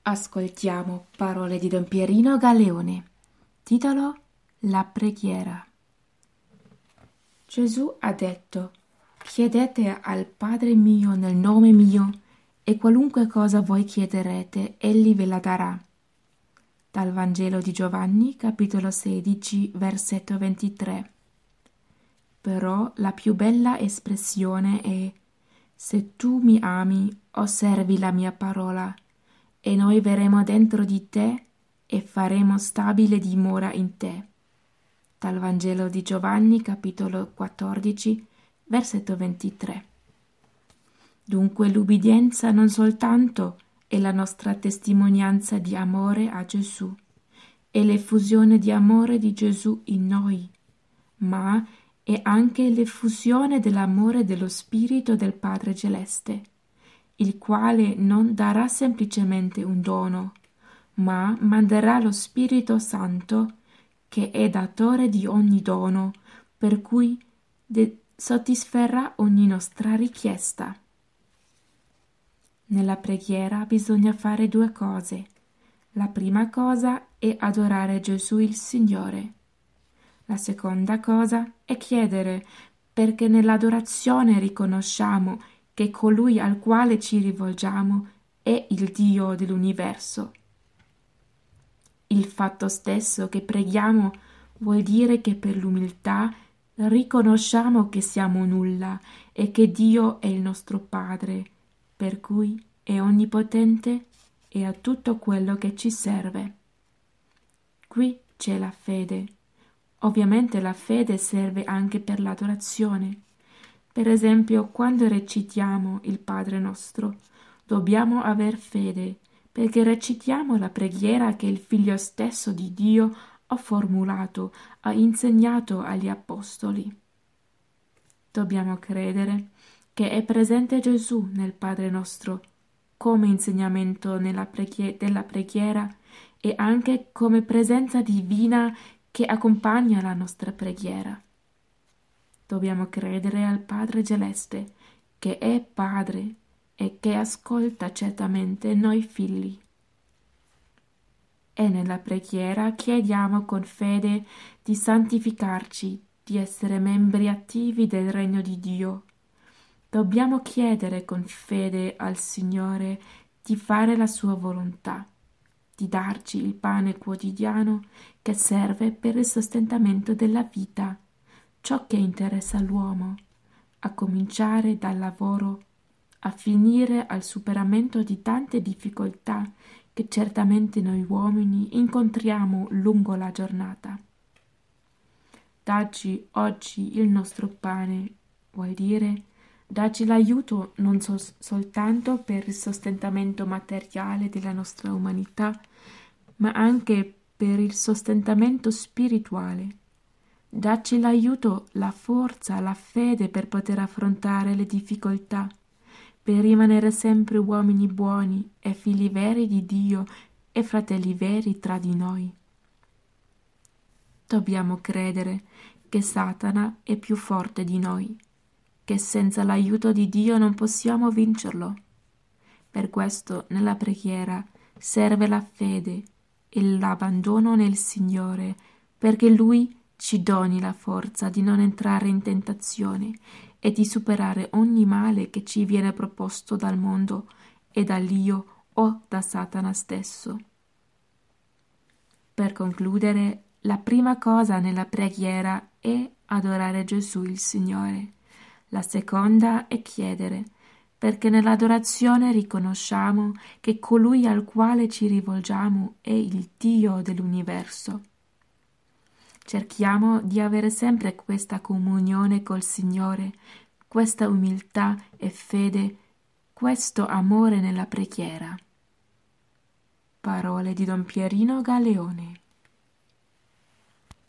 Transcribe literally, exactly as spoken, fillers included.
Ascoltiamo parole di Don Pierino Galeone. Titolo: La preghiera. Gesù ha detto: chiedete al Padre mio nel nome mio, e qualunque cosa voi chiederete, egli ve la darà. Dal Vangelo di Giovanni, capitolo sedici, versetto ventitré. Però la più bella espressione è: se tu mi ami, osservi la mia parola, e noi verremo dentro di te e faremo stabile dimora in te. Dal Vangelo di Giovanni, capitolo quattordici, versetto ventitré. Dunque l'ubbidienza non soltanto è la nostra testimonianza di amore a Gesù, è l'effusione di amore di Gesù in noi, ma è anche l'effusione dell'amore dello Spirito del Padre Celeste, il quale non darà semplicemente un dono, ma manderà lo Spirito Santo, che è datore di ogni dono, per cui de- soddisferà ogni nostra richiesta. Nella preghiera bisogna fare due cose. La prima cosa è adorare Gesù il Signore. La seconda cosa è chiedere, perché nell'adorazione riconosciamo che colui al quale ci rivolgiamo è il Dio dell'universo. Il fatto stesso che preghiamo vuol dire che per l'umiltà riconosciamo che siamo nulla e che Dio è il nostro Padre, per cui è onnipotente e ha tutto quello che ci serve. Qui c'è la fede. Ovviamente la fede serve anche per l'adorazione. Per esempio, quando recitiamo il Padre nostro, dobbiamo aver fede, perché recitiamo la preghiera che il Figlio stesso di Dio ha formulato, ha insegnato agli Apostoli. Dobbiamo credere che è presente Gesù nel Padre nostro, come insegnamento nella preghi- della preghiera e anche come presenza divina che accompagna la nostra preghiera. Dobbiamo credere al Padre Celeste, che è Padre e che ascolta certamente noi figli. E nella preghiera chiediamo con fede di santificarci, di essere membri attivi del regno di Dio. Dobbiamo chiedere con fede al Signore di fare la sua volontà, di darci il pane quotidiano che serve per il sostentamento della vita, ciò che interessa l'uomo, a cominciare dal lavoro, a finire al superamento di tante difficoltà che certamente noi uomini incontriamo lungo la giornata. Dacci oggi il nostro pane, vuol dire dacci l'aiuto non so- soltanto per il sostentamento materiale della nostra umanità, ma anche per il sostentamento spirituale. Dacci l'aiuto, la forza, la fede per poter affrontare le difficoltà, per rimanere sempre uomini buoni e figli veri di Dio e fratelli veri tra di noi. Dobbiamo credere che Satana è più forte di noi, che senza l'aiuto di Dio non possiamo vincerlo. Per questo nella preghiera serve la fede e l'abbandono nel Signore, perché Lui ci doni la forza di non entrare in tentazione e di superare ogni male che ci viene proposto dal mondo e dall'io o da Satana stesso. Per concludere, la prima cosa nella preghiera è adorare Gesù il Signore. La seconda è chiedere, perché nell'adorazione riconosciamo che colui al quale ci rivolgiamo è il Dio dell'universo. Cerchiamo di avere sempre questa comunione col Signore, questa umiltà e fede, questo amore nella preghiera. Parole di Don Pierino Galeone.